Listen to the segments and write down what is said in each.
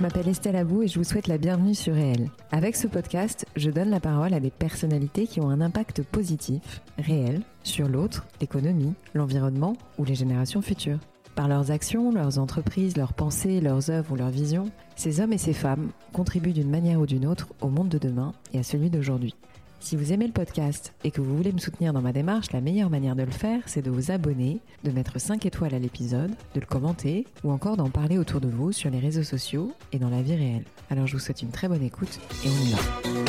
je m'appelle Estelle Abou et je vous souhaite la bienvenue sur Réel. Avec ce podcast, je donne la parole à des personnalités qui ont un impact positif, réel, sur l'autre, l'économie, l'environnement ou les générations futures. Par leurs actions, leurs entreprises, leurs pensées, leurs œuvres ou leurs visions, ces hommes et ces femmes contribuent d'une manière ou d'une autre au monde de demain et à celui d'aujourd'hui. Si vous aimez le podcast et que vous voulez me soutenir dans ma démarche, la meilleure manière de le faire, c'est de vous abonner, de mettre 5 étoiles à l'épisode, de le commenter ou encore d'en parler autour de vous sur les réseaux sociaux et dans la vie réelle. Alors je vous souhaite une très bonne écoute et on y va.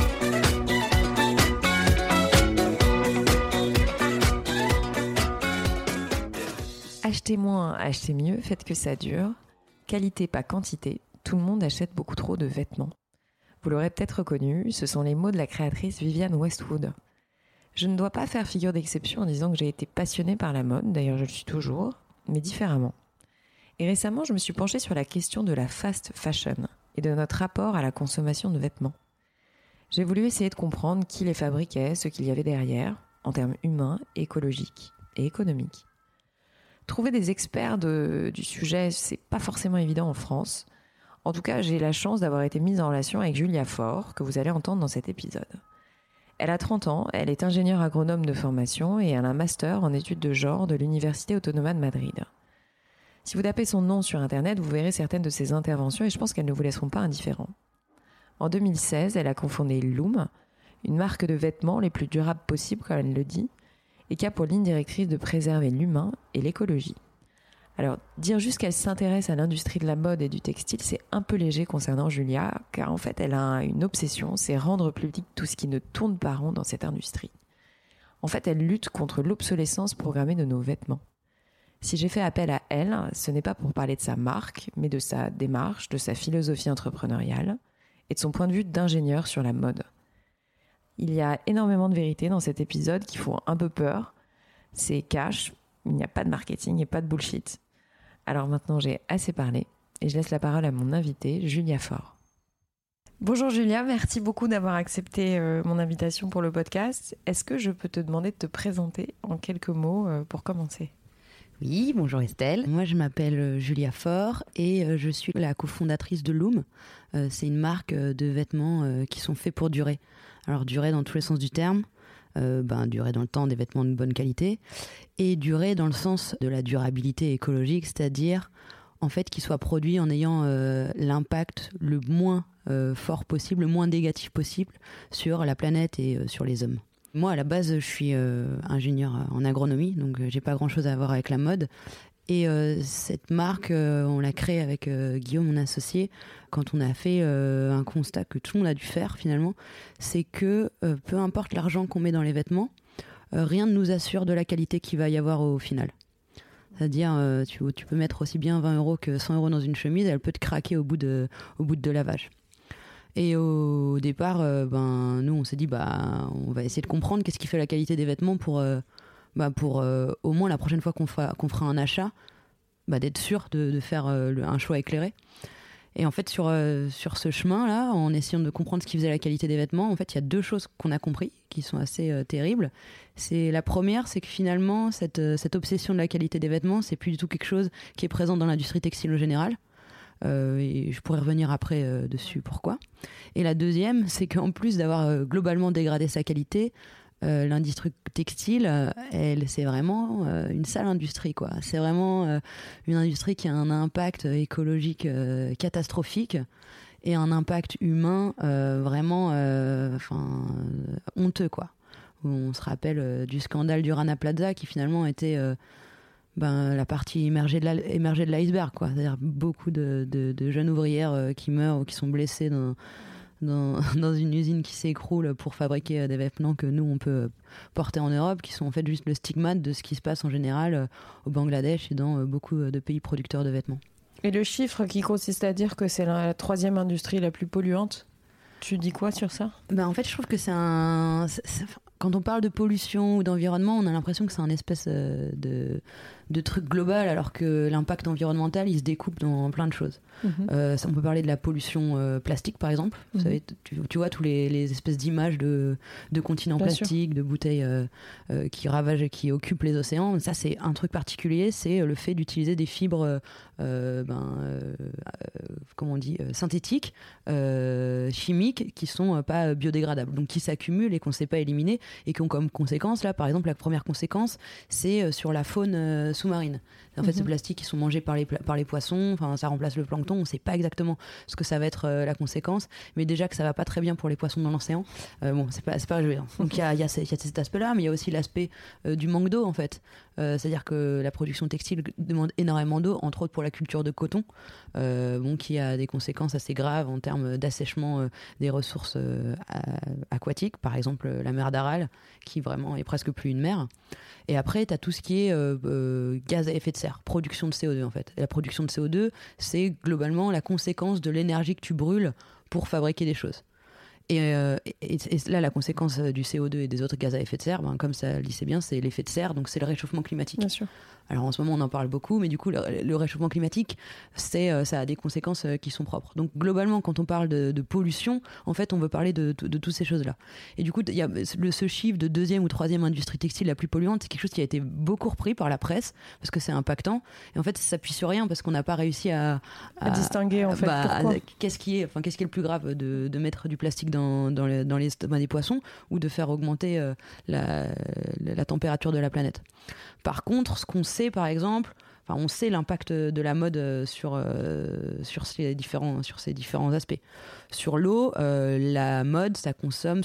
Achetez moins, achetez mieux, faites que ça dure. Qualité, pas quantité. Tout le monde achète beaucoup trop de vêtements. Vous l'aurez peut-être reconnu, ce sont les mots de la créatrice Vivienne Westwood. Je ne dois pas faire figure d'exception en disant que j'ai été passionnée par la mode, d'ailleurs je le suis toujours, mais différemment. Et récemment, je me suis penchée sur la question de la fast fashion et de notre rapport à la consommation de vêtements. J'ai voulu essayer de comprendre qui les fabriquait, ce qu'il y avait derrière, en termes humains, écologiques et économiques. Trouver des experts du sujet, c'est pas forcément évident en France. En tout cas, j'ai la chance d'avoir été mise en relation avec Julia Faure, que vous allez entendre dans cet épisode. Elle a 30 ans, elle est ingénieure agronome de formation et elle a un master en études de genre de l'Université Autonoma de Madrid. Si vous tapez son nom sur Internet, vous verrez certaines de ses interventions et je pense qu'elles ne vous laisseront pas indifférents. En 2016, elle a cofondé Loom, une marque de vêtements les plus durables possibles, comme elle le dit, et qui a pour ligne directrice de préserver l'humain et l'écologie. Alors, dire juste qu'elle s'intéresse à l'industrie de la mode et du textile, c'est un peu léger concernant Julia, car en fait, elle a une obsession, c'est rendre public tout ce qui ne tourne pas rond dans cette industrie. En fait, elle lutte contre l'obsolescence programmée de nos vêtements. Si j'ai fait appel à elle, ce n'est pas pour parler de sa marque, mais de sa démarche, de sa philosophie entrepreneuriale et de son point de vue d'ingénieur sur la mode. Il y a énormément de vérités dans cet épisode qui font un peu peur. C'est cash, il n'y a pas de marketing et pas de bullshit. Alors maintenant, j'ai assez parlé et je laisse la parole à mon invitée, Julia Faure. Bonjour Julia, merci beaucoup d'avoir accepté mon invitation pour le podcast. Est-ce que je peux te demander de te présenter en quelques mots pour commencer ? Oui, bonjour Estelle. Moi, je m'appelle Julia Faure et je suis la cofondatrice de Loom. C'est une marque de vêtements qui sont faits pour durer. Alors, durer dans tous les sens du terme. Durer dans le temps, des vêtements de bonne qualité, et durer dans le sens de la durabilité écologique, c'est-à-dire en fait qu'ils soient produits en ayant l'impact le moins fort possible, le moins négatif possible sur la planète et sur les hommes. Moi, à la base, je suis ingénieur en agronomie, donc j'ai pas grand-chose à voir avec la mode. Et cette marque, on l'a créée avec Guillaume, mon associé, quand on a fait un constat que tout le monde a dû faire finalement, c'est que peu importe l'argent qu'on met dans les vêtements, rien ne nous assure de la qualité qu'il va y avoir au final. C'est-à-dire, tu peux mettre aussi bien 20 € que 100 € dans une chemise, elle peut te craquer au bout de lavage. Et au départ, nous on s'est dit, on va essayer de comprendre qu'est-ce qui fait la qualité des vêtements pour au moins la prochaine fois qu'on fera un achat, d'être sûr de faire un choix éclairé. Et en fait, sur ce chemin-là, en essayant de comprendre ce qui faisait la qualité des vêtements, en fait, il y a deux choses qu'on a compris, qui sont assez terribles. La première, c'est que finalement, cette obsession de la qualité des vêtements, c'est plus du tout quelque chose qui est présent dans l'industrie textile en général. Et je pourrais revenir après dessus pourquoi. Et la deuxième, c'est qu'en plus d'avoir globalement dégradé sa qualité, l'industrie textile, c'est vraiment une sale industrie, quoi. C'est vraiment une industrie qui a un impact écologique catastrophique et un impact humain vraiment honteux, quoi. On se rappelle du scandale du Rana Plaza qui finalement était la partie émergée de l'iceberg, quoi. C'est-à-dire beaucoup de jeunes ouvrières qui meurent ou qui sont blessées dans une usine qui s'écroule pour fabriquer des vêtements que nous on peut porter en Europe, qui sont en fait juste le stigmate de ce qui se passe en général au Bangladesh et dans beaucoup de pays producteurs de vêtements. Et le chiffre qui consiste à dire que c'est la troisième industrie la plus polluante, tu dis quoi sur ça ? En fait, je trouve que quand on parle de pollution ou d'environnement, on a l'impression que c'est un espèce de de truc global, alors que l'impact environnemental, il se découpe dans plein de choses. On peut parler de la pollution plastique, par exemple. Vous savez, tu vois tous les espèces d'images de continents plastiques, de bouteilles qui ravagent et qui occupent les océans. Ça, c'est un truc particulier, c'est le fait d'utiliser des fibres comment on dit, synthétiques, chimiques, qui sont pas biodégradables, donc qui s'accumulent et qu'on ne sait pas éliminer, et qui ont comme conséquence, là, par exemple, la première conséquence, c'est sur la faune sous-marine. En fait, ces plastiques qui sont mangés par les poissons, ça remplace le plancton, on ne sait pas exactement ce que ça va être la conséquence, mais déjà que ça va pas très bien pour les poissons dans l'océan, c'est pas réjouissant. Donc il y a cet aspect-là, mais il y a aussi l'aspect du manque d'eau, en fait. C'est-à-dire que la production textile demande énormément d'eau, entre autres pour la culture de coton, qui a des conséquences assez graves en termes d'assèchement des ressources aquatiques, par exemple la mer d'Aral, qui vraiment est presque plus une mer. Et après, tu as tout ce qui est gaz à effet de serre, production de CO2 en fait. Et la production de CO2, c'est globalement la conséquence de l'énergie que tu brûles pour fabriquer des choses. Et là, la conséquence du CO2 et des autres gaz à effet de serre, comme ça le disait bien, c'est l'effet de serre, donc c'est le réchauffement climatique. Bien sûr. Alors en ce moment, on en parle beaucoup, mais du coup, le réchauffement climatique, ça a des conséquences qui sont propres. Donc globalement, quand on parle de pollution, en fait, on veut parler de toutes ces choses-là. Et du coup, il y a ce chiffre de 2e ou 3e industrie textile la plus polluante, c'est quelque chose qui a été beaucoup repris par la presse, parce que c'est impactant. Et en fait, ça s'appuie sur rien, parce qu'on n'a pas réussi à distinguer, en fait, pourquoi. qu'est-ce qui est le plus grave, de mettre du plastique dans les estomacs des poissons, ou de faire augmenter la température de la planète. Par contre, ce qu'on sait, par exemple, on sait l'impact de la mode sur ces différents aspects. Sur l'eau, la mode, ça consomme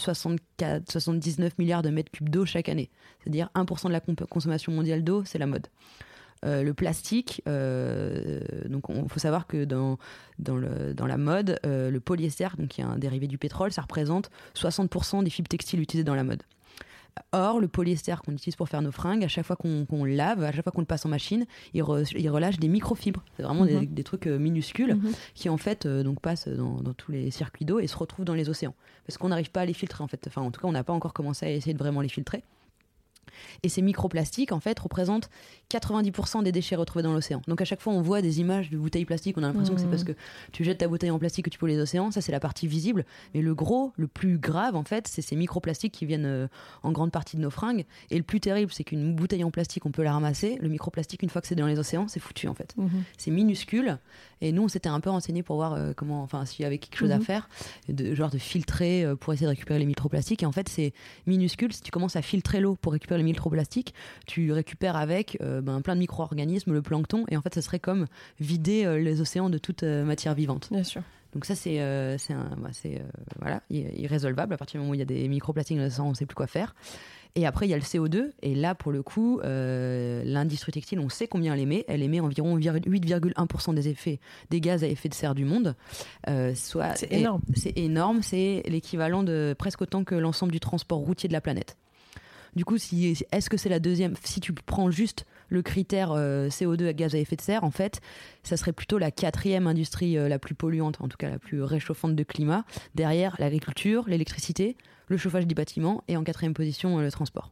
79 milliards de mètres cubes d'eau chaque année. C'est-à-dire 1% de la consommation mondiale d'eau, c'est la mode. Le plastique, donc il faut savoir que dans la mode, le polyester, donc qui est un dérivé du pétrole, ça représente 60% des fibres textiles utilisées dans la mode. Or, le polyester qu'on utilise pour faire nos fringues, à chaque fois qu'on le lave, à chaque fois qu'on le passe en machine, il relâche des microfibres. C'est vraiment des trucs minuscules qui en fait passent dans tous les circuits d'eau et se retrouvent dans les océans. Parce qu'on n'arrive pas à les filtrer en fait. En tout cas, on n'a pas encore commencé à essayer de vraiment les filtrer. Et ces microplastiques, en fait, représentent 90% des déchets retrouvés dans l'océan. Donc à chaque fois, on voit des images de bouteilles plastiques, on a l'impression que c'est parce que tu jettes ta bouteille en plastique que tu pollues les océans. Ça, c'est la partie visible. Mais le plus grave, en fait, c'est ces microplastiques qui viennent en grande partie de nos fringues. Et le plus terrible, c'est qu'une bouteille en plastique, on peut la ramasser. Le microplastique, une fois que c'est dans les océans, c'est foutu, en fait. C'est minuscule. Et nous, on s'était un peu renseignés pour voir s'il y avait quelque chose à faire, de filtrer pour essayer de récupérer les microplastiques. Et en fait, c'est minuscule. Si tu commences à filtrer l'eau pour récupérer les microplastiques, tu récupères avec plein de micro-organismes, le plancton, et en fait, ça serait comme vider les océans de toute matière vivante. Bien sûr. Donc ça, c'est irrésolvable. À partir du moment où il y a des microplastiques dans l'océan, on ne sait plus quoi faire. Et après, il y a le CO2. Et là, pour le coup, l'industrie textile, on sait combien elle émet. Elle émet environ 8,1% des gaz à effet de serre du monde. C'est énorme. C'est énorme. C'est l'équivalent de presque autant que l'ensemble du transport routier de la planète. Du coup, est-ce que c'est la deuxième? Si tu prends juste le critère CO2 à gaz à effet de serre, en fait, ça serait plutôt la 4e industrie la plus polluante, en tout cas la plus réchauffante de climat, derrière l'agriculture, l'électricité, le chauffage des bâtiments, et en 4e position, le transport.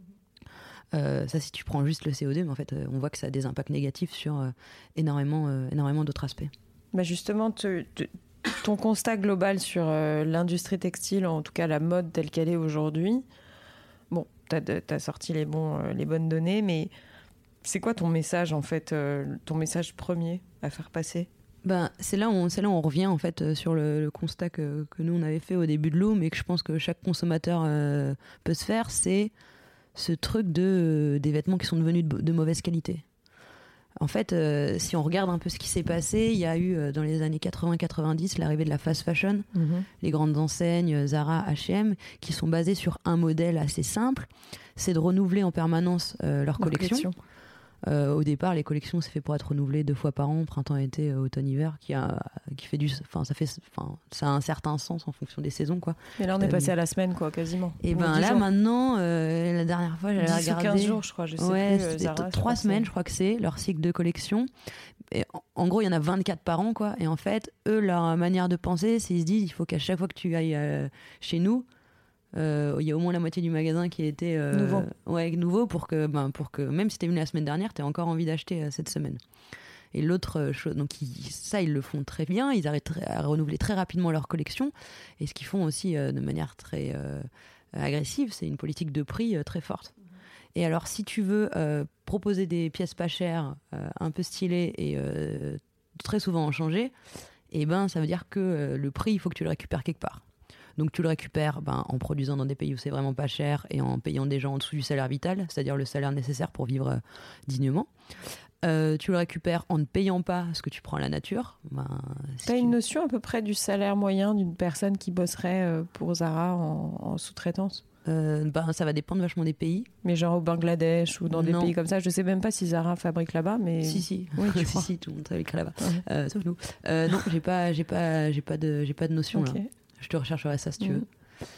Ça, si tu prends juste le CO2, mais en fait, on voit que ça a des impacts négatifs sur énormément d'autres aspects. Justement, ton constat global sur l'industrie textile, en tout cas la mode telle qu'elle est aujourd'hui, bon, t'as sorti les bonnes données, mais c'est quoi ton message, en fait, ton message premier à faire passer? C'est là où on revient, en fait, sur le constat que nous, on avait fait au début de Loom, et que je pense que chaque consommateur peut se faire, c'est ce truc des vêtements qui sont devenus de mauvaise qualité. En fait, si on regarde un peu ce qui s'est passé, il y a eu dans les années 80-90 l'arrivée de la fast fashion, les grandes enseignes Zara, H&M, qui sont basées sur un modèle assez simple, c'est de renouveler en permanence leur collection. Au départ, les collections, c'est fait pour être renouvelées 2 fois par an, printemps, été, automne, hiver, qui fait ça a un certain sens en fonction des saisons, quoi. Mais là, on est passé à la semaine, quoi, quasiment. Et là, jours. Maintenant, la dernière fois, j'avais regardé. 10 ou 15 jours, je crois, je sais plus. Zara, 3 semaines, je crois que c'est leur cycle de collection. Et en gros, il y en a 24 par an, quoi. Et en fait, eux, leur manière de penser, c'est ils se disent, il faut qu'à chaque fois que tu ailles chez nous, Il y a au moins la moitié du magasin qui était nouveau pour que même si t'es venu la semaine dernière, t'aies encore envie d'acheter cette semaine. Et l'autre chose, donc ils le font très bien, ils arrêtent à renouveler très rapidement leur collection. Et ce qu'ils font aussi de manière très agressive, c'est une politique de prix très forte. Et alors, si tu veux proposer des pièces pas chères, un peu stylées et très souvent en changer, et ben, ça veut dire que le prix, il faut que tu le récupères quelque part. Donc tu le récupères en produisant dans des pays où c'est vraiment pas cher et en payant des gens en dessous du salaire vital, c'est-à-dire le salaire nécessaire pour vivre dignement. Tu le récupères en ne payant pas ce que tu prends à la nature. T'as une notion à peu près du salaire moyen d'une personne qui bosserait pour Zara en sous-traitance ? Ça va dépendre vachement des pays. Mais genre au Bangladesh ou dans des pays comme ça, je sais même pas si Zara fabrique là-bas, mais si, oui, si, tout le monde fabrique là-bas, sauf nous. Non, j'ai pas de notion là. Je te rechercherai ça si tu veux.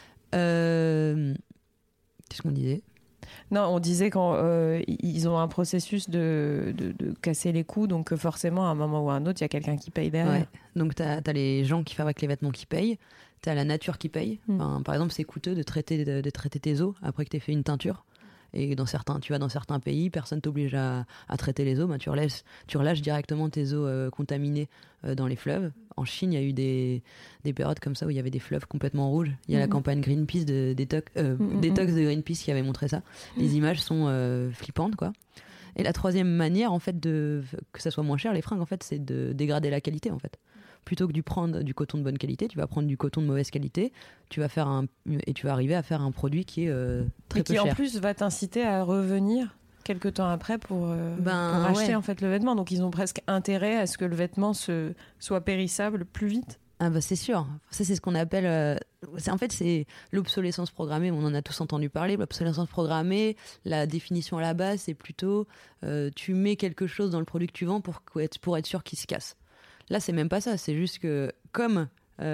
Qu'est-ce qu'on disait ? Non, on disait quand ils ont un processus de casser les coûts, donc forcément à un moment ou à un autre, il y a quelqu'un qui paye derrière. Ouais. Donc t'as les gens qui fabriquent les vêtements qui payent, t'as la nature qui paye. Par exemple, c'est coûteux de traiter tes os après que t'aies fait une teinture. Et tu vas dans certains pays, personne t'oblige à traiter les eaux, tu relâches directement tes eaux contaminés dans les fleuves. En Chine, il y a eu des périodes comme ça où il y avait des fleuves complètement rouges. Il y a la campagne Greenpeace Détox de Greenpeace qui avait montré ça. Les images sont flippantes, quoi. Et la troisième manière, en fait, que ça soit moins cher, les fringues, en fait, c'est de dégrader la qualité, en fait. Plutôt que de prendre du coton de bonne qualité, tu vas prendre du coton de mauvaise qualité, tu vas arriver à faire un produit qui est très peu cher. Et qui en plus va t'inciter à revenir quelques temps après pour acheter en fait le vêtement. Donc ils ont presque intérêt à ce que le vêtement soit périssable plus vite. Ah bah c'est sûr. Ça c'est ce qu'on appelle... c'est l'obsolescence programmée. On en a tous entendu parler. L'obsolescence programmée, la définition à la base, c'est plutôt tu mets quelque chose dans le produit que tu vends pour être sûr qu'il se casse. Là, c'est même pas ça. C'est juste que comme...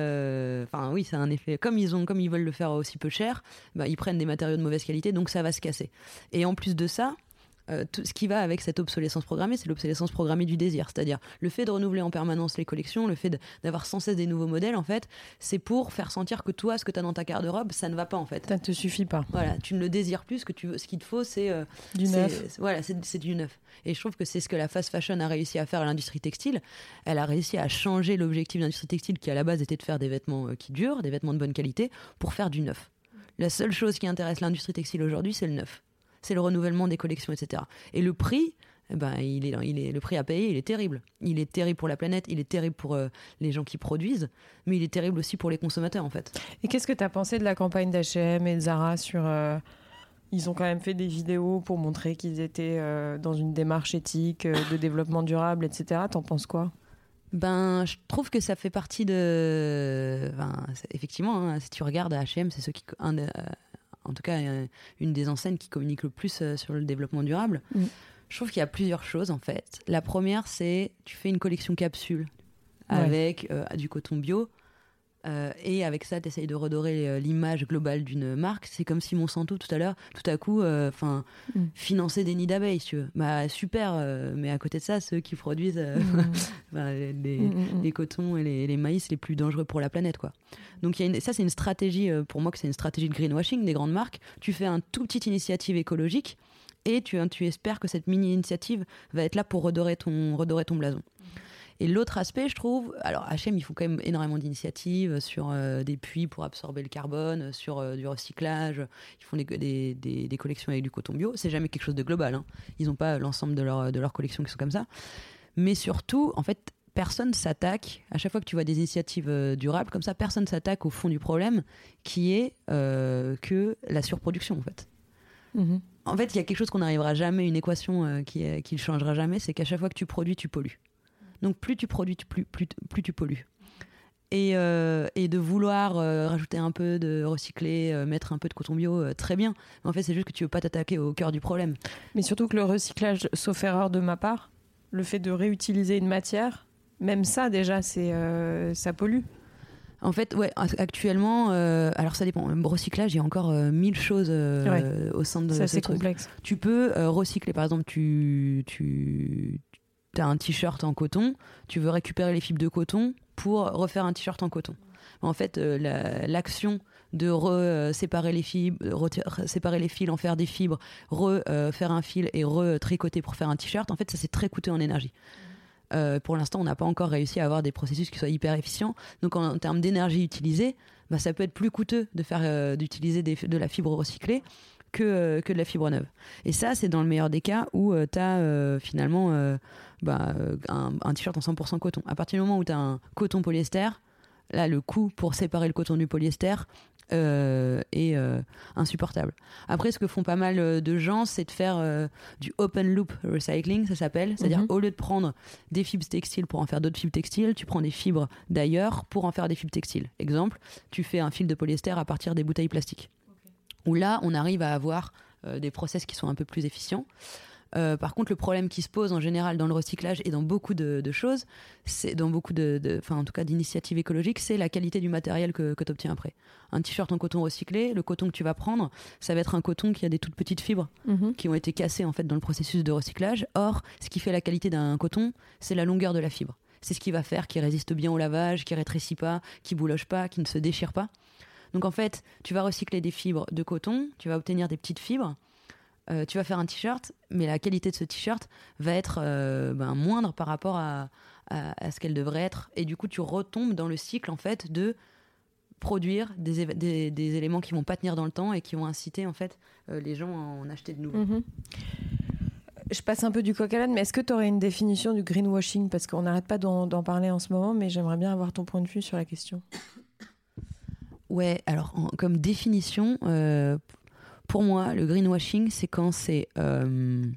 c'est un effet. Comme ils veulent le faire aussi peu cher, ils prennent des matériaux de mauvaise qualité, donc ça va se casser. Et en plus de ça, tout ce qui va avec cette obsolescence programmée, c'est l'obsolescence programmée du désir. C'est-à-dire le fait de renouveler en permanence les collections, le fait d'avoir sans cesse des nouveaux modèles, en fait, c'est pour faire sentir que toi, ce que tu as dans ta garde-robe, ça ne va pas, en fait. Ça ne te suffit pas. Voilà, tu ne le désires plus. Ce qu'il te faut, c'est du neuf. Voilà, c'est du neuf. Et je trouve que c'est ce que la fast fashion a réussi à faire à l'industrie textile. Elle a réussi à changer l'objectif de l'industrie textile qui, à la base, était de faire des vêtements qui durent, des vêtements de bonne qualité, pour faire du neuf. La seule chose qui intéresse l'industrie textile aujourd'hui, c'est le neuf. C'est le renouvellement des collections, etc. Et le prix, le prix à payer, il est terrible. Il est terrible pour la planète, il est terrible pour les gens qui produisent, mais il est terrible aussi pour les consommateurs, en fait. Et qu'est-ce que tu as pensé de la campagne d'H&M et de Zara sur... Ils ont quand même fait des vidéos pour montrer qu'ils étaient dans une démarche éthique, de développement durable, etc. T'en penses quoi ? Je trouve que ça fait partie de... effectivement, si tu regardes H&M, c'est ceux qui... en tout cas, une des enseignes qui communique le plus sur le développement durable. Je trouve qu'il y a plusieurs choses, en fait. La première, c'est tu fais une collection capsule avec du coton bio. Et avec ça, tu essayes de redorer l'image globale d'une marque. C'est comme si Monsanto, tout à coup, finançait des nids d'abeilles, si tu veux. Super, mais à côté de ça, ceux qui produisent les cotons et les maïs les plus dangereux pour la planète, quoi. Donc ça, c'est une stratégie, pour moi, que c'est une stratégie de greenwashing des grandes marques. Tu fais une toute petite initiative écologique et tu espères que cette mini-initiative va être là pour redorer ton blason. Et l'autre aspect, je trouve, alors H&M, ils font quand même énormément d'initiatives sur des puits pour absorber le carbone, sur du recyclage. Ils font des collections avec du coton bio. C'est jamais quelque chose de global, hein. Ils n'ont pas l'ensemble de leurs collections qui sont comme ça. Mais surtout, en fait, personne s'attaque, à chaque fois que tu vois des initiatives durables comme ça, personne s'attaque au fond du problème, qui est que la surproduction, en fait. En fait, il y a quelque chose qu'on n'arrivera jamais, une équation qui ne changera jamais, c'est qu'à chaque fois que tu produis, tu pollues. Donc plus tu produis, plus tu pollues. Et de vouloir rajouter un peu de recycler, mettre un peu de coton bio, très bien. Mais en fait, c'est juste que tu veux pas t'attaquer au cœur du problème. Mais surtout que le recyclage, sauf erreur de ma part, le fait de réutiliser une matière, même ça déjà, ça pollue. En fait, actuellement, alors ça dépend. Même recyclage, il y a encore 1000 choses au sein de ce truc. C'est complexe. Tu peux recycler, par exemple, t'as un t-shirt en coton, tu veux récupérer les fibres de coton pour refaire un t-shirt en coton. En fait, l'action de séparer les fibres, séparer les fils, en faire des fibres, faire un fil et tricoter pour faire un t-shirt, en fait ça c'est très coûteux en énergie. Pour l'instant on n'a pas encore réussi à avoir des processus qui soient hyper efficients, donc en termes d'énergie utilisée, ça peut être plus coûteux d'utiliser de la fibre recyclée que de la fibre neuve. Et ça, c'est dans le meilleur des cas où tu as finalement un t-shirt en 100% coton. À partir du moment où tu as un coton polyester, là, le coût pour séparer le coton du polyester est insupportable. Après, ce que font pas mal de gens, c'est de faire du open loop recycling, ça s'appelle. C'est-à-dire, au lieu de prendre des fibres textiles pour en faire d'autres fibres textiles, tu prends des fibres d'ailleurs pour en faire des fibres textiles. Exemple, tu fais un fil de polyester à partir des bouteilles plastiques. Où là, on arrive à avoir des process qui sont un peu plus efficients. Par contre, le problème qui se pose en général dans le recyclage et dans beaucoup de choses, c'est dans beaucoup en tout cas d'initiatives écologiques, c'est la qualité du matériel que tu obtiens après. Un t-shirt en coton recyclé, le coton que tu vas prendre, ça va être un coton qui a des toutes petites fibres qui ont été cassées en fait dans le processus de recyclage. Or, ce qui fait la qualité d'un coton, c'est la longueur de la fibre. C'est ce qui va faire qu'il résiste bien au lavage, qu'il rétrécit pas, qu'il bouloche pas, qu'il ne se déchire pas. Donc en fait, tu vas recycler des fibres de coton, tu vas obtenir des petites fibres, tu vas faire un t-shirt, mais la qualité de ce t-shirt va être moindre par rapport à ce qu'elle devrait être. Et du coup, tu retombes dans le cycle en fait de produire des éléments qui vont pas tenir dans le temps et qui vont inciter en fait les gens à en acheter de nouveaux. Mm-hmm. Je passe un peu du coq à l'âne, mais est-ce que tu aurais une définition du greenwashing ? Parce qu'on n'arrête pas d'en parler en ce moment, mais j'aimerais bien avoir ton point de vue sur la question. Ouais, alors comme définition, pour moi, le greenwashing, c'est quand c'est une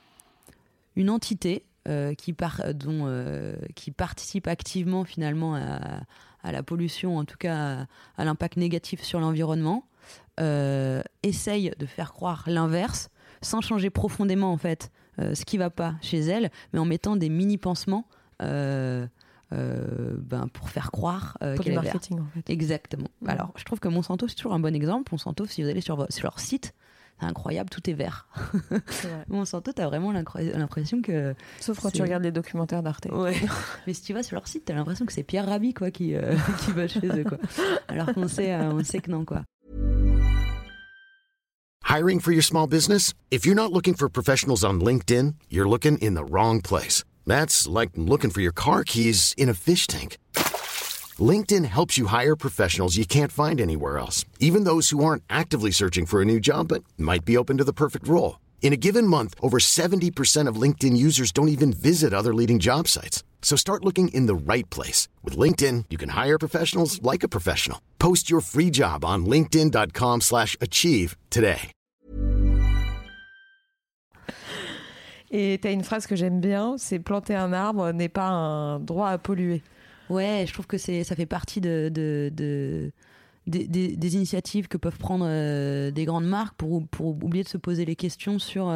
entité qui participe activement finalement à la pollution, en tout cas à l'impact négatif sur l'environnement, essaye de faire croire l'inverse, sans changer profondément en fait ce qui va pas chez elle, mais en mettant des mini-pansements pour faire croire pour qu'elle du est marketing verte. en fait. Exactement. Alors je trouve que Monsanto c'est toujours un bon exemple. Monsanto, si vous allez sur leur site, c'est incroyable, tout est vert. C'est vrai. Monsanto, t'as vraiment l'impression que... Sauf quand tu regardes les documentaires d'Arte. Ouais. Mais si tu vas sur leur site, t'as l'impression que c'est Pierre Rabhi quoi, qui va chez eux. Quoi. Alors qu'on sait que non. Quoi. Hiring for your small business? If you're not looking for professionals on LinkedIn, you're looking in the wrong place. That's like looking for your car keys in a fish tank. LinkedIn helps you hire professionals you can't find anywhere else, even those who aren't actively searching for a new job but might be open to the perfect role. In a given month, over 70% of LinkedIn users don't even visit other leading job sites. So start looking in the right place. With LinkedIn, you can hire professionals like a professional. Post your free job on linkedin.com/achieve today. Et t'as une phrase que j'aime bien, c'est planter un arbre n'est pas un droit à polluer. Ouais, je trouve que ça fait partie des initiatives que peuvent prendre des grandes marques pour oublier de se poser les questions sur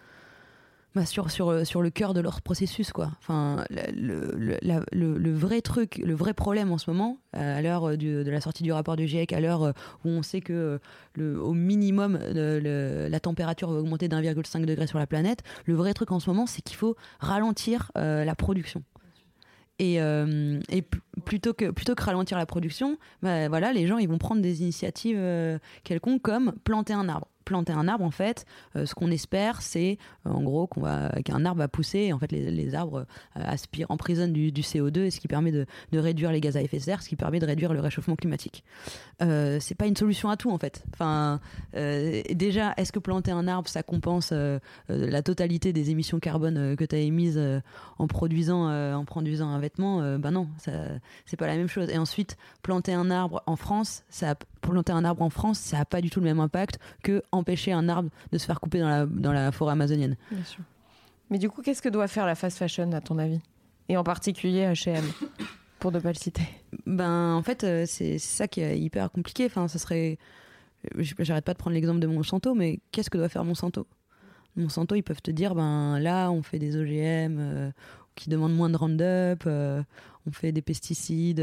le cœur de leur processus, quoi. Enfin, le vrai truc, le vrai problème en ce moment, à l'heure de la sortie du rapport du GIEC, à l'heure où on sait que au minimum la température va augmenter d'1,5 degré sur la planète, le vrai truc en ce moment, c'est qu'il faut ralentir la production. Et plutôt que ralentir la production, voilà, les gens ils vont prendre des initiatives quelconques comme planter un arbre. Planter un arbre, en fait, ce qu'on espère, c'est en gros qu'un arbre va pousser et en fait les arbres emprisonnent du CO2, ce qui permet de réduire les gaz à effet de serre, ce qui permet de réduire le réchauffement climatique. C'est pas une solution à tout, en fait. Enfin, déjà, est-ce que planter un arbre, ça compense la totalité des émissions carbone que tu as émises en produisant un vêtement? Non, c'est pas la même chose. Et ensuite, planter un arbre en France, ça a pas du tout le même impact que empêcher un arbre de se faire couper dans la forêt amazonienne. Bien sûr. Mais du coup, qu'est-ce que doit faire la fast fashion, à ton avis ? Et en particulier H&M, pour ne pas le citer. En fait, c'est ça qui est hyper compliqué. Enfin, ça serait... J'arrête pas de prendre l'exemple de Monsanto, mais qu'est-ce que doit faire Monsanto ? Monsanto, ils peuvent te dire, là, on fait des OGM qui demandent moins de Roundup, on fait des pesticides...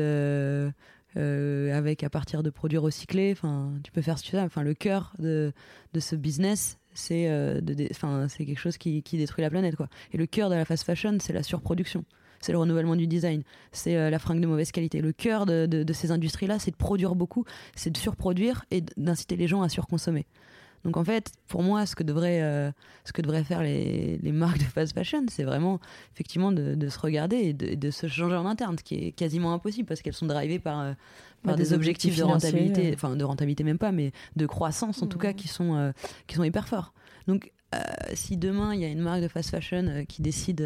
à partir de produits recyclés, enfin, tu peux faire ce que tu veux. Enfin, le cœur de ce business, c'est quelque chose qui détruit la planète, quoi. Et le cœur de la fast fashion, c'est la surproduction. c'est le renouvellement du design, c'est la fringue de mauvaise qualité. Le cœur de ces industries-là, c'est de produire beaucoup, c'est de surproduire et d'inciter les gens à surconsommer. Donc en fait, pour moi, ce que devraient faire les marques de fast fashion, c'est vraiment effectivement de se regarder et de se changer en interne, ce qui est quasiment impossible parce qu'elles sont drivées par des objectifs de rentabilité, enfin de rentabilité même pas, mais de croissance en tout cas qui sont hyper forts. Donc si demain il y a une marque de fast fashion qui décide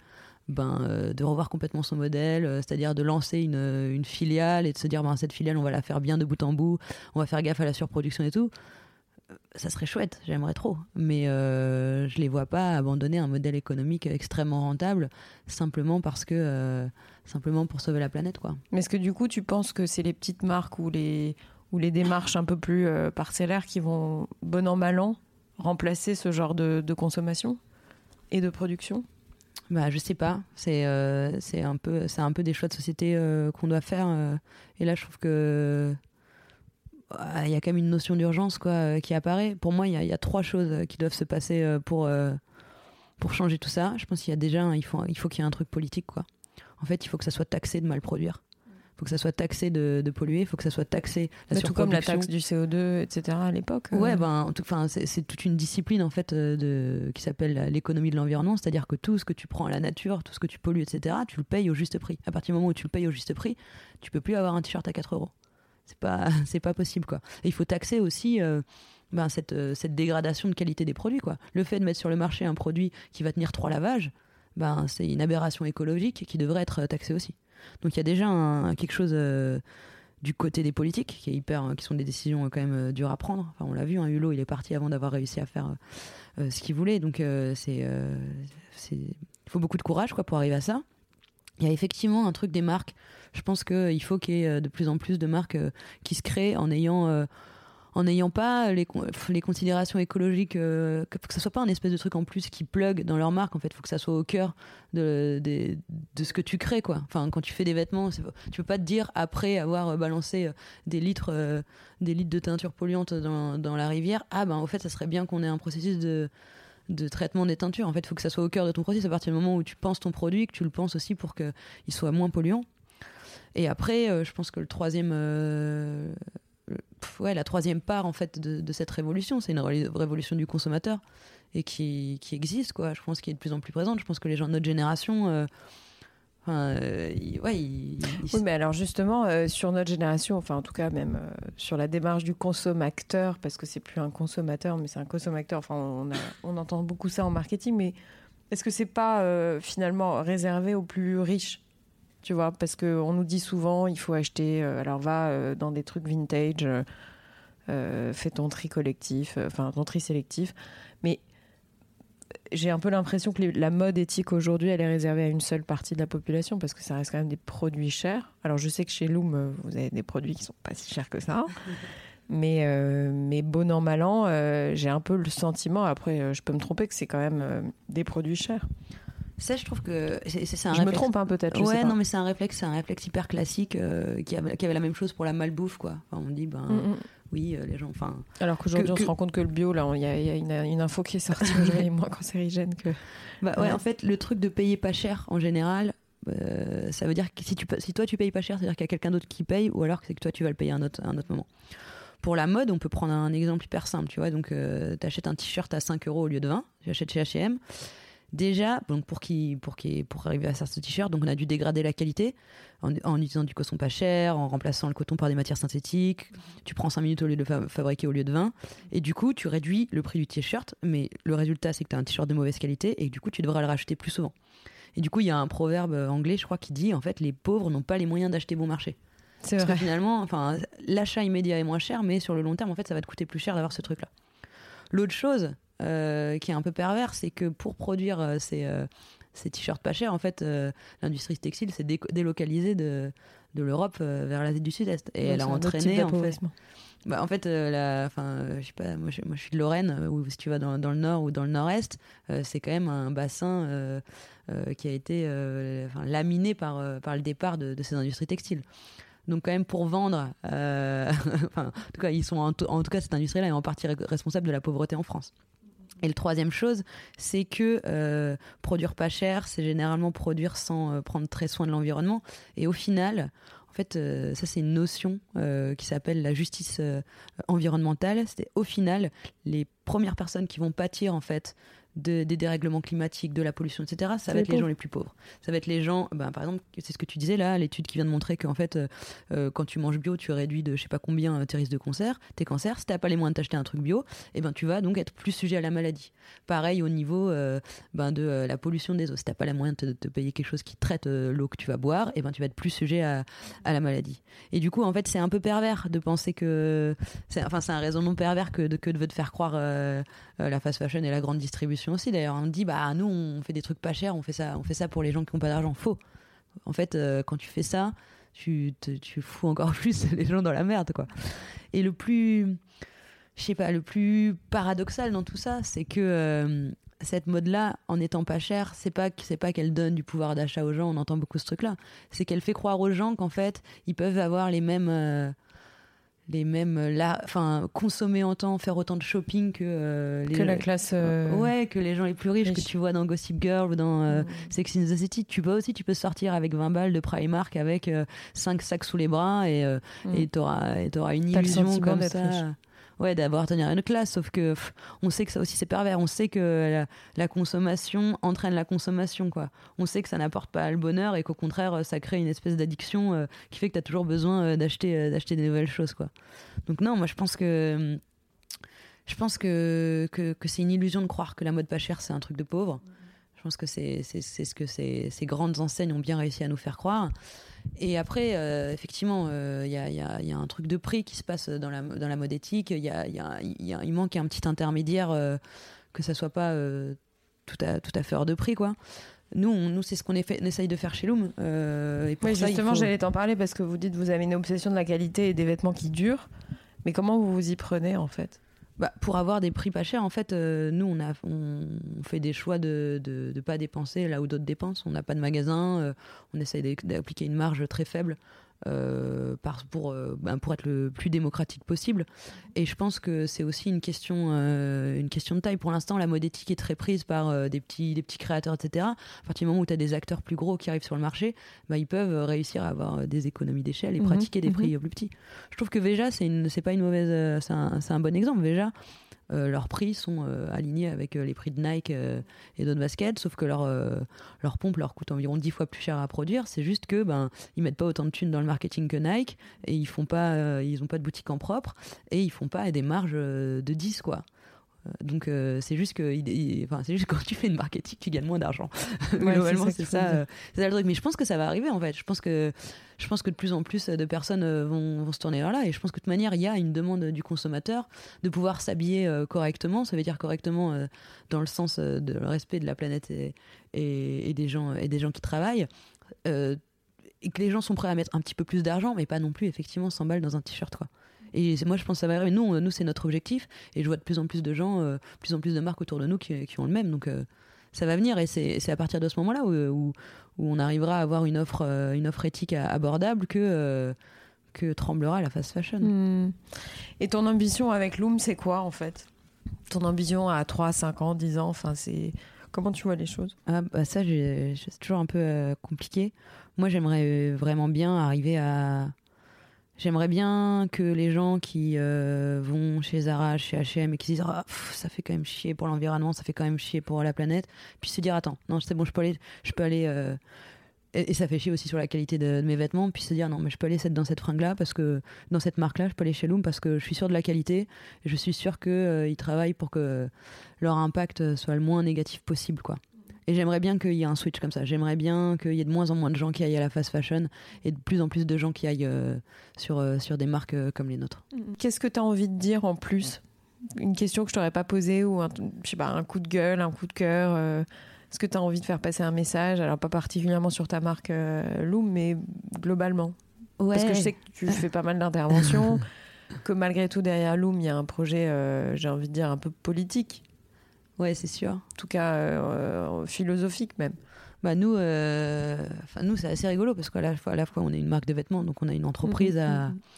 de revoir complètement son modèle, c'est-à-dire de lancer une filiale et de se dire cette filiale on va la faire bien de bout en bout, on va faire gaffe à la surproduction et tout, ça serait chouette, j'aimerais trop, mais je les vois pas abandonner un modèle économique extrêmement rentable simplement pour sauver la planète, quoi. Mais est-ce que du coup tu penses que c'est les petites marques ou les démarches un peu plus parcellaires qui vont bon an mal an remplacer ce genre de consommation et de production? Je sais pas, c'est un peu des choix de société qu'on doit faire, et là je trouve que il y a quand même une notion d'urgence qui apparaît. Pour moi, il y a 3 choses qui doivent se passer pour changer tout ça. Je pense qu'il y a déjà il faut qu'il y ait un truc politique, quoi. En fait, il faut que ça soit taxé de mal produire. Il faut que ça soit taxé de polluer. Il faut que ça soit taxé la surproduction. Tout comme la taxe du CO2, etc. à l'époque. Ouais, c'est toute une discipline en fait qui s'appelle l'économie de l'environnement. C'est-à-dire que tout ce que tu prends à la nature, tout ce que tu pollues, etc., tu le payes au juste prix. À partir du moment où tu le payes au juste prix, tu peux plus avoir un t-shirt à 4 €. C'est pas possible, quoi. Et il faut taxer aussi cette dégradation de qualité des produits, quoi. Le fait de mettre sur le marché un produit qui va tenir 3 lavages, c'est une aberration écologique qui devrait être taxée aussi. Donc il y a déjà quelque chose du côté des politiques qui sont des décisions quand même dures à prendre. Enfin, on l'a vu, Hulot il est parti avant d'avoir réussi à faire ce qu'il voulait. Donc il faut beaucoup de courage, quoi, pour arriver à ça. Il y a effectivement un truc des marques. Je pense qu'il faut qu'il y ait de plus en plus de marques qui se créent en n'ayant pas les considérations écologiques, que ça soit pas un espèce de truc en plus qui plug dans leur marque. En fait, il faut que ça soit au cœur de ce que tu crées, quoi. Enfin, quand tu fais des vêtements, tu peux pas te dire après avoir balancé des litres de teinture polluante dans la rivière, au fait ça serait bien qu'on ait un processus de traitement des teintures. En fait, il faut que ça soit au cœur de ton processus. À partir du moment où tu penses ton produit, que tu le penses aussi pour qu'il soit moins polluant. Et après, je pense que la troisième part en fait de cette révolution, c'est une révolution du consommateur et qui existe, quoi. Je pense qu'il est de plus en plus présente. Je pense que les gens de notre génération, oui, mais alors justement sur notre génération, enfin en tout cas même sur la démarche du consommateur, parce que c'est plus un consommateur mais c'est un consommateur. Enfin on entend beaucoup ça en marketing, mais est-ce que c'est pas finalement réservé aux plus riches? Tu vois, parce qu'on nous dit souvent, il faut acheter, alors va dans des trucs vintage, fais ton tri collectif, ton tri sélectif. Mais j'ai un peu l'impression que la mode éthique aujourd'hui, elle est réservée à une seule partie de la population, parce que ça reste quand même des produits chers. Alors je sais que chez Loom, vous avez des produits qui sont pas si chers que ça. Mais bon an, mal an, j'ai un peu le sentiment, après je peux me tromper, que c'est quand même des produits chers. Ça, je trouve que c'est un réflexe. Me trompe, peut-être. Ouais, non, mais c'est un réflexe hyper classique qui avait la même chose pour la malbouffe, quoi. Enfin, on dit, oui, les gens. Alors qu'aujourd'hui, on se rend compte que le bio, là, il y a une info qui est sortie aujourd'hui, moins cancérigène que. En fait, le truc de payer pas cher, en général, ça veut dire que si toi tu payes pas cher, c'est-à-dire qu'il y a quelqu'un d'autre qui paye, ou alors que c'est que toi tu vas le payer à un autre moment. Pour la mode, on peut prendre un exemple hyper simple, tu vois. Donc, t'achètes un t-shirt à 5 € au lieu de 20, j'achète chez H&M. Déjà, donc pour arriver à faire ce t-shirt, donc on a dû dégrader la qualité en utilisant du coton pas cher, en remplaçant le coton par des matières synthétiques. Tu prends 5 minutes au lieu de fabriquer au lieu de 20. Et du coup, tu réduis le prix du t-shirt, mais le résultat, c'est que tu as un t-shirt de mauvaise qualité et du coup, tu devras le racheter plus souvent. Et du coup, il y a un proverbe anglais, je crois, qui dit, en fait, les pauvres n'ont pas les moyens d'acheter bon marché. C'est Parce vrai. Que finalement, l'achat immédiat est moins cher, mais sur le long terme, en fait, ça va te coûter plus cher d'avoir ce truc-là. L'autre chose qui est un peu pervers, c'est que pour produire ces t-shirts pas chers, en fait, l'industrie textile s'est délocalisée de l'Europe vers l'Asie du Sud-Est. Et elle a entraîné, en fait, je sais pas, moi je suis de Lorraine, où si tu vas dans le nord ou dans le nord-est, c'est quand même un bassin qui a été laminé par le départ de ces industries textiles. Donc quand même pour vendre, en tout cas cette industrie-là est en partie responsable de la pauvreté en France. Et le troisième chose, c'est que produire pas cher, c'est généralement produire sans prendre très soin de l'environnement. Et au final, en fait, ça c'est une notion qui s'appelle la justice environnementale. C'est au final les premières personnes qui vont pâtir en fait des dérèglements climatiques, de la pollution, etc. Ça va être les gens les plus pauvres. Ça va être les gens, par exemple, c'est ce que tu disais là, l'étude qui vient de montrer qu'en fait, quand tu manges bio, tu réduis de je sais pas combien tes risques de tes cancers. Si t'as pas les moyens de t'acheter un truc bio, tu vas donc être plus sujet à la maladie. Pareil au niveau de la pollution des eaux. Si t'as pas les moyens de te payer quelque chose qui traite l'eau que tu vas boire, tu vas être plus sujet à la maladie. Et du coup, en fait, c'est un peu pervers de penser que... c'est un raisonnement pervers que de te faire croire la fast fashion et la grande distribution aussi. D'ailleurs, on dit, nous, on fait des trucs pas chers, on fait ça pour les gens qui n'ont pas d'argent. Faux. En fait, quand tu fais ça, tu fous encore plus les gens dans la merde, quoi. Et le plus paradoxal dans tout ça, c'est que cette mode-là, en étant pas chère, c'est pas qu'elle donne du pouvoir d'achat aux gens, on entend beaucoup ce truc-là. C'est qu'elle fait croire aux gens qu'en fait, ils peuvent avoir les mêmes consommer autant, faire autant de shopping que la classe que les gens les plus riches que tu vois dans Gossip Girl ou dans Sex and the City. Tu peux sortir avec 20 balles de Primark avec 5 sacs sous les bras et t'auras une illusion comme ça d'avoir tenir une classe, sauf que on sait que ça aussi c'est pervers, on sait que la consommation entraîne la consommation, quoi. On sait que ça n'apporte pas le bonheur et qu'au contraire ça crée une espèce d'addiction qui fait que t'as toujours besoin d'acheter des nouvelles choses, quoi. Donc non, moi je pense que c'est une illusion de croire que la mode pas chère c'est un truc de pauvre. Je pense que c'est ce que ces grandes enseignes ont bien réussi à nous faire croire. Et après, effectivement, il y a un truc de prix qui se passe dans la mode éthique. Il manque un petit intermédiaire, que ça soit pas tout à fait hors de prix, quoi. Nous, c'est ce qu'on essaye de faire chez Loom. Et pour ça, justement, j'allais t'en parler parce que vous dites que vous avez une obsession de la qualité et des vêtements qui durent. Mais comment vous vous y prenez, en fait ? Pour avoir des prix pas chers, en fait, nous, on fait des choix de pas dépenser là où d'autres dépensent. On n'a pas de magasin, on essaye d'appliquer une marge très faible pour être le plus démocratique possible. Et je pense que c'est aussi une question de taille. Pour l'instant, la mode éthique est très prise par des petits créateurs, etc. À partir du moment où tu as des acteurs plus gros qui arrivent sur le marché, ils peuvent réussir à avoir des économies d'échelle et pratiquer des prix plus petits. Je trouve que Veja, c'est pas une mauvaise, c'est un bon exemple. Veja, leurs prix sont alignés avec les prix de Nike et d'autres baskets, sauf que leur pompe leur coûte environ 10 fois plus cher à produire. C'est juste que ils mettent pas autant de thunes dans le marketing que Nike et ils ont pas de boutique en propre et ils font pas des marges de 10, quoi. Donc c'est juste que quand tu fais une marketing tu gagnes moins d'argent. Globalement c'est ça le truc. Mais je pense que ça va arriver, en fait. Je pense que de plus en plus de personnes vont se tourner vers là, et je pense que de toute manière il y a une demande du consommateur de pouvoir s'habiller correctement. Ça veut dire correctement dans le sens de le respect de la planète et des gens qui travaillent, et que les gens sont prêts à mettre un petit peu plus d'argent, mais pas non plus effectivement 100 balles dans un t-shirt, quoi. Et moi je pense que ça va arriver. Nous c'est notre objectif, et je vois de plus en plus de gens, plus en plus de marques autour de nous qui ont le même, donc ça va venir. Et c'est à partir de ce moment-là où on arrivera à avoir une offre éthique abordable que tremblera la fast fashion. Et ton ambition avec Loom, c'est quoi, en fait ? Ton ambition à 3, 5 ans, 10 ans, comment tu vois les choses ? Ça, c'est toujours un peu compliqué. Moi, j'aimerais vraiment bien arriver à... J'aimerais bien que les gens qui vont chez Zara, chez H&M et qui se disent ça fait quand même chier pour l'environnement, ça fait quand même chier pour la planète, puissent se dire attends, non c'est bon, je peux aller et ça fait chier aussi sur la qualité de mes vêtements, puis se dire non mais je peux aller dans cette fringue là, parce que dans cette marque là je peux aller chez Loom parce que je suis sûr de la qualité et je suis sûr qu'ils travaillent pour que leur impact soit le moins négatif possible, quoi. Et j'aimerais bien qu'il y ait un switch comme ça. J'aimerais bien qu'il y ait de moins en moins de gens qui aillent à la fast fashion et de plus en plus de gens qui aillent sur des marques comme les nôtres. Qu'est-ce que tu as envie de dire en plus ? Une question que je t'aurais pas posée, ou un coup de gueule, un coup de cœur. Est-ce que tu as envie de faire passer un message ? Alors pas particulièrement sur ta marque Loom, mais globalement. Ouais. Parce que je sais que tu fais pas mal d'interventions, que malgré tout derrière Loom, il y a un projet, j'ai envie de dire, un peu politique. Ouais, c'est sûr. En tout cas, philosophique même. Nous, c'est assez rigolo parce qu'à la fois, on est une marque de vêtements, donc on a une entreprise à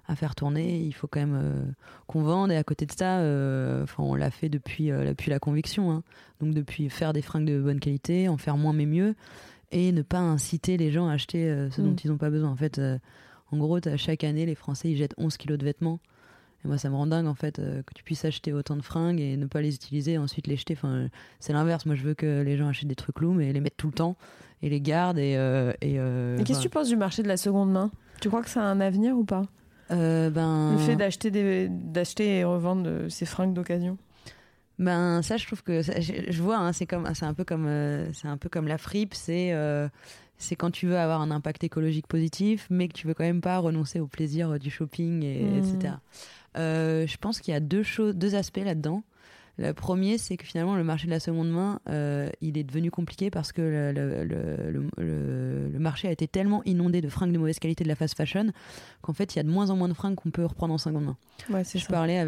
à faire tourner, il faut quand même qu'on vende. Et à côté de ça, on l'a fait depuis la conviction, hein. Donc depuis faire des fringues de bonne qualité, en faire moins mais mieux, et ne pas inciter les gens à acheter ce dont ils n'ont pas besoin. En fait, en gros, chaque année, les Français ils jettent 11 kilos de vêtements. Et moi, ça me rend dingue en fait que tu puisses acheter autant de fringues et ne pas les utiliser et ensuite les jeter. Enfin, c'est l'inverse. Moi, je veux que les gens achètent des trucs Loom et les mettent tout le temps et les gardent. Et qu'est-ce que tu penses du marché de la seconde main ? Tu crois que ça a un avenir ou pas ? Le fait d'acheter et revendre ces fringues d'occasion. Ça, je trouve que je vois. Hein, c'est un peu comme la fripe. C'est quand tu veux avoir un impact écologique positif, mais que tu veux quand même pas renoncer au plaisir du shopping, etc. Je pense qu'il y a deux aspects là-dedans. Le premier, c'est que finalement, le marché de la seconde main, il est devenu compliqué parce que le marché a été tellement inondé de fringues de mauvaise qualité de la fast fashion qu'en fait, il y a de moins en moins de fringues qu'on peut reprendre en seconde main. Ouais, tu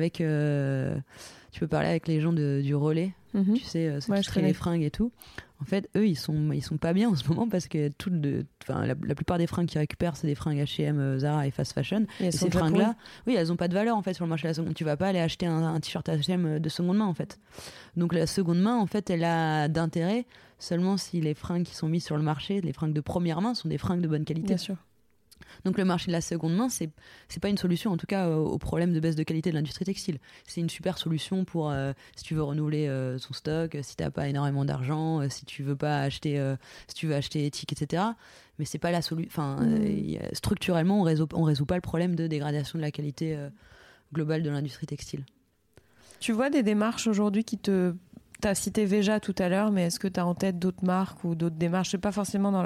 peux parler avec les gens du relais, tu sais, ceux qui créent les fringues et tout. En fait, eux, ils sont pas bien en ce moment parce que la plupart des fringues qu'ils récupèrent, c'est des fringues H&M, Zara et fast fashion. Et ces fringues-là, oui, elles ont pas de valeur en fait sur le marché de la seconde. Tu vas pas aller acheter un t-shirt H&M de seconde main en fait. Donc la seconde main, en fait, elle a d'intérêt seulement si les fringues qui sont mises sur le marché, les fringues de première main, sont des fringues de bonne qualité. Bien sûr. Donc le marché de la seconde main, c'est pas une solution en tout cas au problème de baisse de qualité de l'industrie textile. C'est une super solution pour si tu veux renouveler son stock, si t'as pas énormément d'argent, si tu veux pas acheter, si tu veux acheter éthique, etc. Mais c'est pas la solution. Structurellement, on résout pas le problème de dégradation de la qualité globale de l'industrie textile. Tu vois des démarches aujourd'hui t'as cité Veja tout à l'heure, mais est-ce que t'as en tête d'autres marques ou d'autres démarches ? C'est pas forcément dans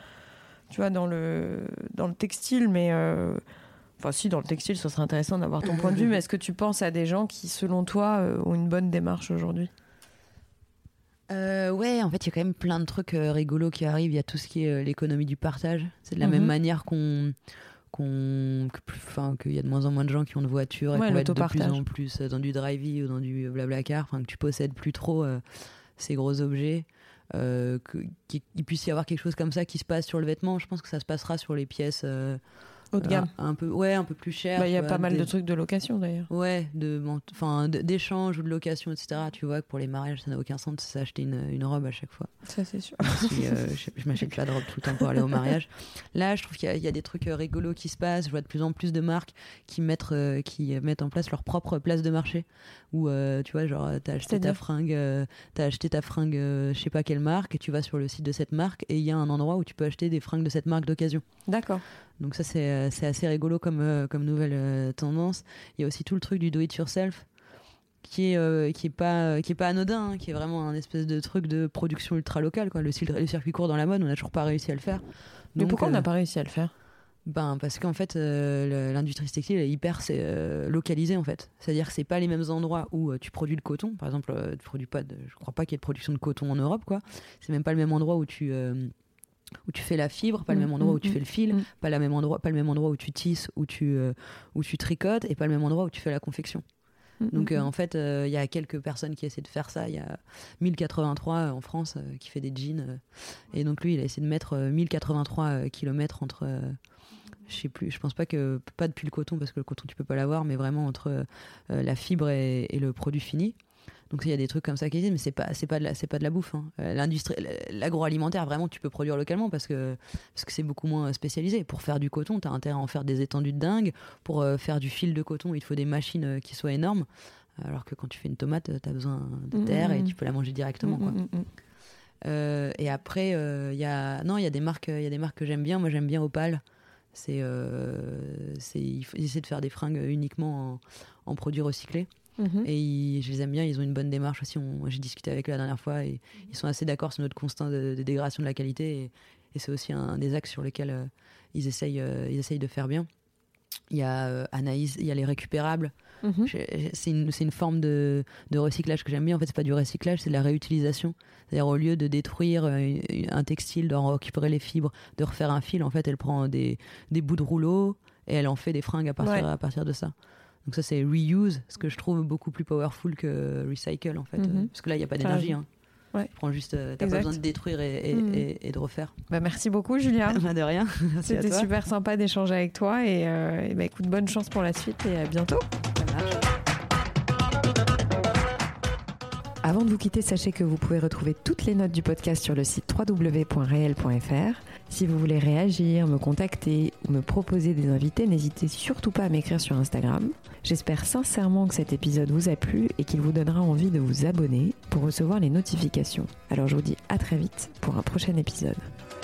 le textile, mais si, dans le textile, ça serait intéressant d'avoir ton point de vue, mais est-ce que tu penses à des gens qui, selon toi, ont une bonne démarche aujourd'hui ? Ouais, en fait, il y a quand même plein de trucs rigolos qui arrivent. Il y a tout ce qui est l'économie du partage. C'est de la même manière qu'il y a de moins en moins de gens qui ont de voitures et qu'on va être de plus en plus dans du drive-y ou dans du Blablacar, que tu possèdes plus trop ces gros objets. Qu'il puisse y avoir quelque chose comme ça qui se passe sur le vêtement. Je pense que ça se passera sur les pièces haut de gamme, un peu plus cher. Il y a pas mal de trucs de location d'ailleurs. Ouais, d'échange ou de location, etc. Tu vois que pour les mariages, ça n'a aucun sens de s'acheter une robe à chaque fois. Ça, c'est sûr. Je m'achète pas de robe tout le temps pour aller au mariage. Là, je trouve qu'il y a des trucs rigolos qui se passent. Je vois de plus en plus de marques qui mettent en place leur propre place de marché. Où tu vois, genre t'as acheté ta fringue, je sais pas quelle marque, et tu vas sur le site de cette marque et il y a un endroit où tu peux acheter des fringues de cette marque d'occasion. D'accord. Donc ça c'est assez rigolo comme nouvelle tendance. Il y a aussi tout le truc du do it yourself qui est pas anodin, hein, qui est vraiment un espèce de truc de production ultra locale, quoi. Le circuit court dans la mode, on n'a toujours pas réussi à le faire. Mais pourquoi on n'a pas réussi à le faire ? Parce qu'en fait l'industrie textile est hyper localisée en fait. C'est-à-dire que c'est pas les mêmes endroits où tu produis le coton. Par exemple, je crois pas qu'il y ait de production de coton en Europe, quoi. C'est même pas le même endroit où tu fais la fibre, pas le même endroit où tu fais le fil, pas le même endroit où tu tisses, où tu tricotes, et pas le même endroit où tu fais la confection. Donc en fait, il y a quelques personnes qui essaient de faire ça. Il y a 1083 en France qui fait des jeans. Et donc lui, il a essayé de mettre 1083 kilomètres entre... je sais plus, je pense pas depuis le coton, parce que le coton tu peux pas l'avoir, mais vraiment entre la fibre et le produit fini. Donc il y a des trucs comme ça qui existent, mais c'est pas de la bouffe, hein. L'industrie, l'agroalimentaire, vraiment tu peux produire localement parce que c'est beaucoup moins spécialisé. Pour faire du coton, t'as intérêt à en faire des étendues de dingue. Pour faire du fil de coton, il te faut des machines qui soient énormes. Alors que quand tu fais une tomate, t'as besoin de terre et tu peux la manger directement, quoi. Et après, il y a des marques que j'aime bien. Moi, j'aime bien Opal. Ils essaient de faire des fringues uniquement en produits recyclés. Et je les aime bien, ils ont une bonne démarche aussi. J'ai discuté avec eux la dernière fois et ils sont assez d'accord sur notre constat de dégradation de la qualité, et c'est aussi un des axes sur lesquels ils essayent de faire bien. Il y a Anaïs, il y a les récupérables. C'est une forme de recyclage que j'aime bien. En fait, c'est pas du recyclage, c'est de la réutilisation. C'est-à-dire, au lieu de détruire un textile, de récupérer les fibres, de refaire un fil, en fait, elle prend des bouts de rouleau et elle en fait des fringues à partir de ça. Donc ça, c'est reuse, ce que je trouve beaucoup plus powerful que recycle, en fait. Parce que là, il n'y a pas d'énergie. Hein. Ouais. Prends juste, t'as Exact. pas besoin de détruire et de refaire. Merci beaucoup, Julia. De rien. Merci à C'était toi. super sympa d'échanger avec toi et écoute, bonne chance pour la suite et à bientôt. Ça marche. Avant de vous quitter, sachez que vous pouvez retrouver toutes les notes du podcast sur le site www.reel.fr. Si vous voulez réagir, me contacter ou me proposer des invités, n'hésitez surtout pas à m'écrire sur Instagram. J'espère sincèrement que cet épisode vous a plu et qu'il vous donnera envie de vous abonner pour recevoir les notifications. Alors je vous dis à très vite pour un prochain épisode.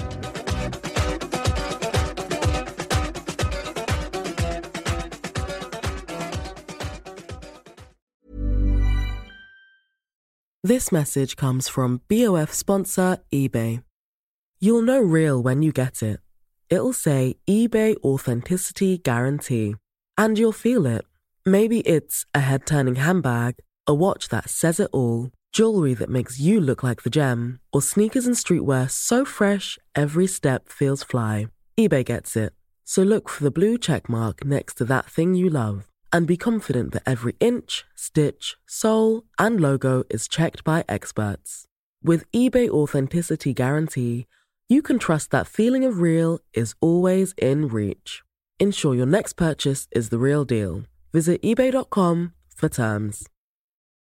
This message comes from BOF sponsor eBay. You'll know real when you get it. It'll say eBay Authenticity Guarantee. And you'll feel it. Maybe it's a head-turning handbag, a watch that says it all, jewelry that makes you look like the gem, or sneakers and streetwear so fresh every step feels fly. eBay gets it. So look for the blue check mark next to that thing you love. And be confident that every inch, stitch, sole, and logo is checked by experts. With eBay Authenticity Guarantee, you can trust that feeling of real is always in reach. Ensure your next purchase is the real deal. Visit ebay.com for terms.